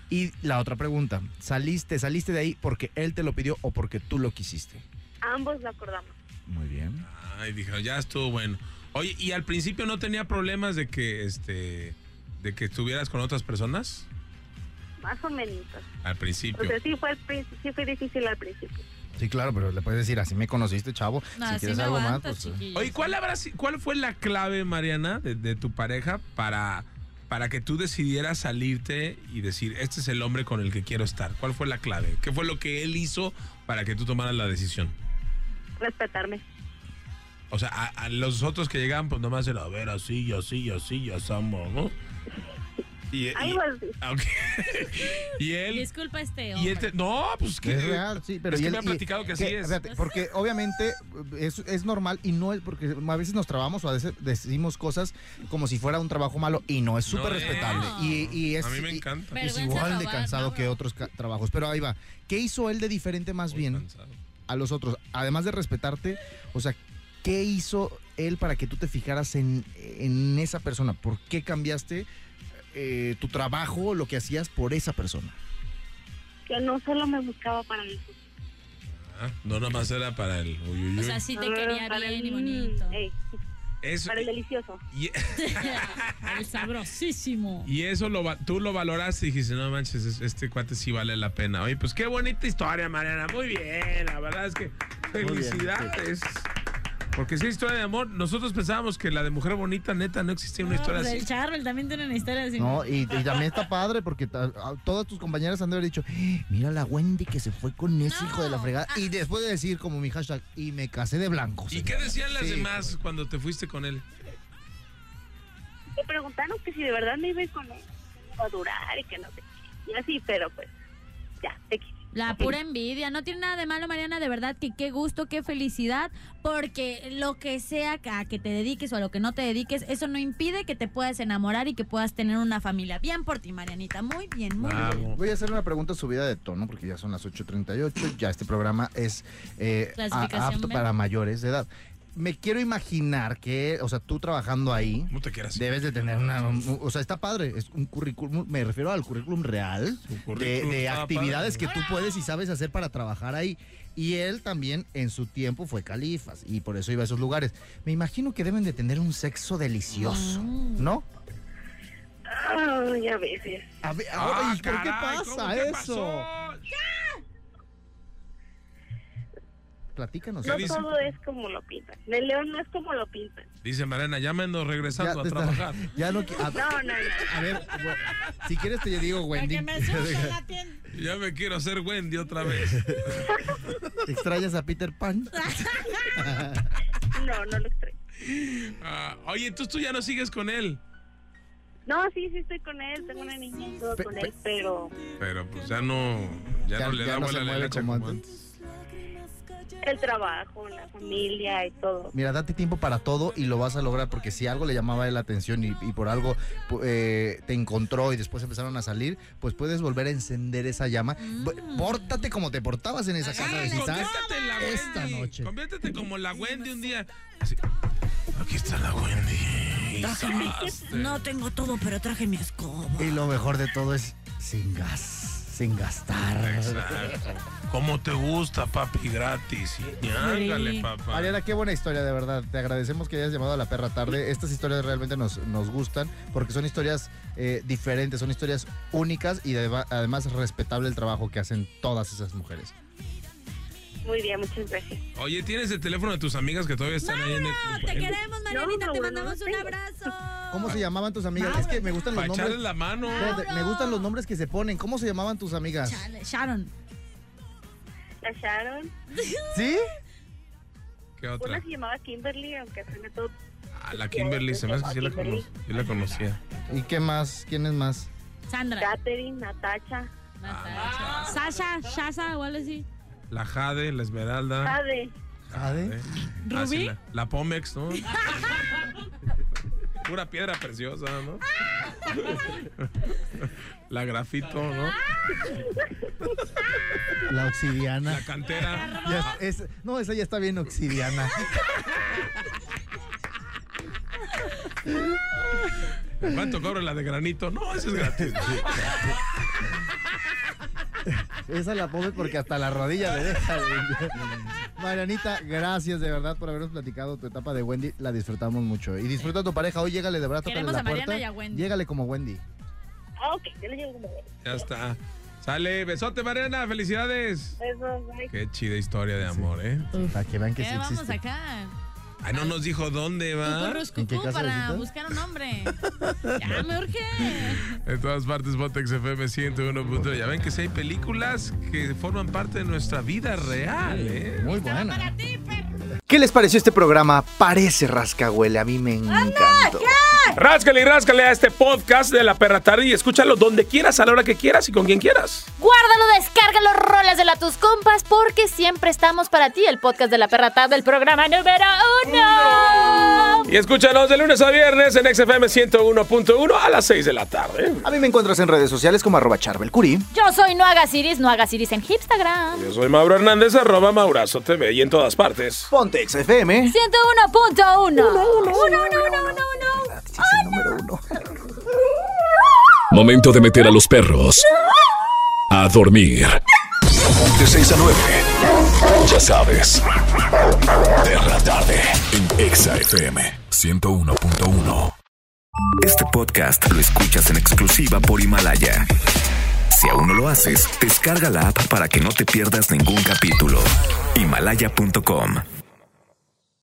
Y la otra pregunta, ¿saliste, saliste de ahí porque él te lo pidió o porque tú lo quisiste? Ambos lo acordamos. Muy bien. Ay, dije, ya estuvo bueno. Oye, ¿y al principio no tenía problemas de que, este, de que estuvieras con otras personas? Más o menos. Al principio. O sea, sí fue, al principio, sí fue difícil al principio. Sí, claro, pero le puedes decir, así me conociste, chavo. No, si así quieres me algo aguanto, más, pues... chiquillos. Oye, ¿cuál, habrá, si- ¿cuál fue la clave, Mariana, de, de tu pareja para, para que tú decidieras salirte y decir, este es el hombre con el que quiero estar? ¿Cuál fue la clave? ¿Qué fue lo que él hizo para que tú tomaras la decisión? Respetarme. O sea, a, a los otros que llegaban, pues nomás era, a ver, así, así, así, ya somos, ¿no? Y, y, Algo así. ok. y él... Disculpa este Y hombre. este, no, pues que Es real, sí, pero es y que él- me ha y- platicado que así que- es. fíjate, porque obviamente es, es normal y no es porque a veces nos trabamos o a veces decimos cosas como si fuera un trabajo malo y no es súper No, respetable. no. Y, y es, A mí me y- encanta. es Vergüenza igual de robar, cansado ¿no? que otros ca- trabajos. Pero ahí va. ¿Qué hizo él de diferente más Muy bien cansado. a los otros? Además de respetarte, o sea, ¿qué hizo él para que tú te fijaras en, en esa persona? ¿Por qué cambiaste eh, tu trabajo, lo que hacías por esa persona? Que no solo me buscaba para eso. Ah, no nomás era para el uy, uy, O uy. sea, sí te No, quería para bien el- y bonito. Ey, Eso- para el delicioso. y, El sabrosísimo. y eso lo, va- tú lo valoraste y dijiste, no manches, es- este cuate sí vale la pena. Oye, pues qué bonita historia, Mariana. Muy bien, la verdad es que bien, felicidades. Porque si es historia de amor, nosotros pensábamos que la de mujer bonita, neta, no existía una historia pues así. el Charvel también tiene una historia así. No, y, y también está padre porque ta- a- todas tus compañeras han de haber dicho, "Eh, mira la Wendy que se fue con ese No. hijo de la fregada". Y después de decir como mi hashtag, y me casé de blanco. ¿Y señora". qué decían las Sí, demás cuando te fuiste con él? Me preguntaron que si de verdad me iba a ir con él, que me iba a durar y que no sé qué. Y así, pero pues, ya, X. La pura envidia. No tiene nada de malo, Mariana, de verdad que qué gusto, qué felicidad, porque lo que sea que- a que te dediques o a lo que no te dediques, eso no impide que te puedas enamorar y que puedas tener una familia. Bien por ti, Marianita. Muy bien, muy bien. Bravo. Voy a hacer una pregunta subida de tono porque ya son las ocho treinta y ocho. Ya este programa es eh, a- Clasificación apto B. para mayores de edad. Me quiero imaginar que, o sea, tú trabajando ahí, ¿Cómo te quieras? debes de tener una, un- o sea, está padre, es un currículum, me refiero al currículum real Su de, currículum de estaba actividades padre. que tú puedes y sabes hacer para trabajar ahí. Y él también en su tiempo fue califas y por eso iba a esos lugares. Me imagino que deben de tener un sexo delicioso, ¿no? Ay, a veces. A ver, Ah, ay, ¿por qué caray, pasa ¿cómo? ¿Qué eso? pasó? Platícanos. ¿Qué No dice? todo es como lo pintan. De León no es como lo pintan. Dice Mariana, ya me ando regresando te a está- trabajar. ya no, qui- a, No, no, no. a ver, bueno, si quieres te digo, Para Wendy. que me suban la tienda. Ya me quiero hacer Wendy otra vez. ¿Extrañas a Peter Pan? No, no lo extraño. Ah, oye, entonces tú ya no sigues con él. No, sí, sí estoy con él. Tengo una niña y todo Pe- con pe- él, pero Pero pues ya no, ya, Ya- no le ya da no vuela se la mueve leche como como antes. antes. el trabajo, la familia y todo. Mira, date tiempo para todo y lo vas a lograr porque si algo le llamaba a él la atención y, y por algo pu- eh, te encontró y después empezaron a salir, pues puedes volver a encender esa llama. Bu- Pórtate como te portabas en esa casa de Ay, citas conviértete en la esta Wendy. noche. Conviértete como la Wendy un día. Así, aquí está la Wendy. Saste. No tengo todo, pero traje mi escoba. Y lo mejor de todo es sin gas, sin gastar. Exacto. ¿Cómo te gusta, papi? Gratis. Y ángale, papá. Mariana, qué buena historia, de verdad. Te agradecemos que hayas llamado a La Perra Tarde. Estas historias realmente nos, nos gustan porque son historias eh, diferentes, son historias únicas y adema- además respetable el trabajo que hacen todas esas mujeres. Muy bien, muchas gracias. Oye, ¿tienes el teléfono de tus amigas que todavía están ahí en el Te queremos, Marianita, No, te no, mandamos no un tengo. abrazo. ¿Cómo se llamaban tus amigas? Es que me gustan los Para echarle nombres. la mano. Espérate, me gustan los nombres que se ponen. ¿Cómo se llamaban tus amigas? Chale, Sharon. La Sharon, ¿Sí? ¿Qué otra? una se llamaba Kimberly, aunque suena todo. Ah, la Kimberly, se me hace que sí la, cono- sí la conocía. ¿Y qué más? ¿Quién es más? Sandra. Catherine, Natacha, Ah. Sasha, Shasa o algo así. La Jade, la Esmeralda. Jade. ¿Jade? ¿eh? ¿Rubí? Ah, sí, la, la Pomex, ¿no? Pura piedra preciosa, ¿no? La grafito, ¿no? La obsidiana. La cantera. Ya es- es- no, esa ya está bien obsidiana. ¿Cuánto cobra la de granito? No, esa es gratis. Esa la pones porque hasta la rodilla me deja. Marianita, gracias de verdad por habernos platicado tu etapa de Wendy. La disfrutamos mucho. Y disfruta a tu pareja. Hoy llégale de verdad, tócale Queremos la a Mariana puerta. y a Wendy. Llégale como Wendy. Ah, ok, yo le llevo como Wendy. Ya está. Sale, besote, Mariana, felicidades. Eso, bye. Qué chida historia de amor, ¿eh? Para que vean que ¿Qué sí vamos existe. acá? Ay, no nos dijo dónde va. ¿En qué Cucurruscucú casa para visitas? buscar un hombre. Ya me urge. En todas partes, Pontex F M ciento uno punto uno. Ya ven que sí hay películas que forman parte de nuestra vida real, ¿eh? Muy buena. Para ti, perro. ¿Qué les pareció este programa? Parece rascahuele, a mí me encantó. Ráscale y ráscale a este podcast de La Perra Tarde y escúchalo donde quieras, a la hora que quieras y con quien quieras. Guárdalo, descárgalo, rolas de la tus compas, porque siempre estamos para ti, el podcast de La Perra Tarde, el programa número uno. Y escúchanos de lunes a viernes en X F M ciento uno punto uno a las seis de la tarde. A mí me encuentras en redes sociales como arroba charbelcuri. Yo soy No Hagas Iris, No Hagas Iris en Instagram. Yo soy Mauro Hernández, arroba Maurazo T V y en todas partes. Ponte X F M. ciento uno punto uno. Uno, uno, uno, uno, uno, uno. Sí, es el número uno. Momento de meter a los perros a dormir. De seis a nueve. Ya sabes. Perra Tarde en Exa F M ciento uno punto uno. Este podcast lo escuchas en exclusiva por Himalaya. Si aún no lo haces, descarga la app para que no te pierdas ningún capítulo. Himalaya punto com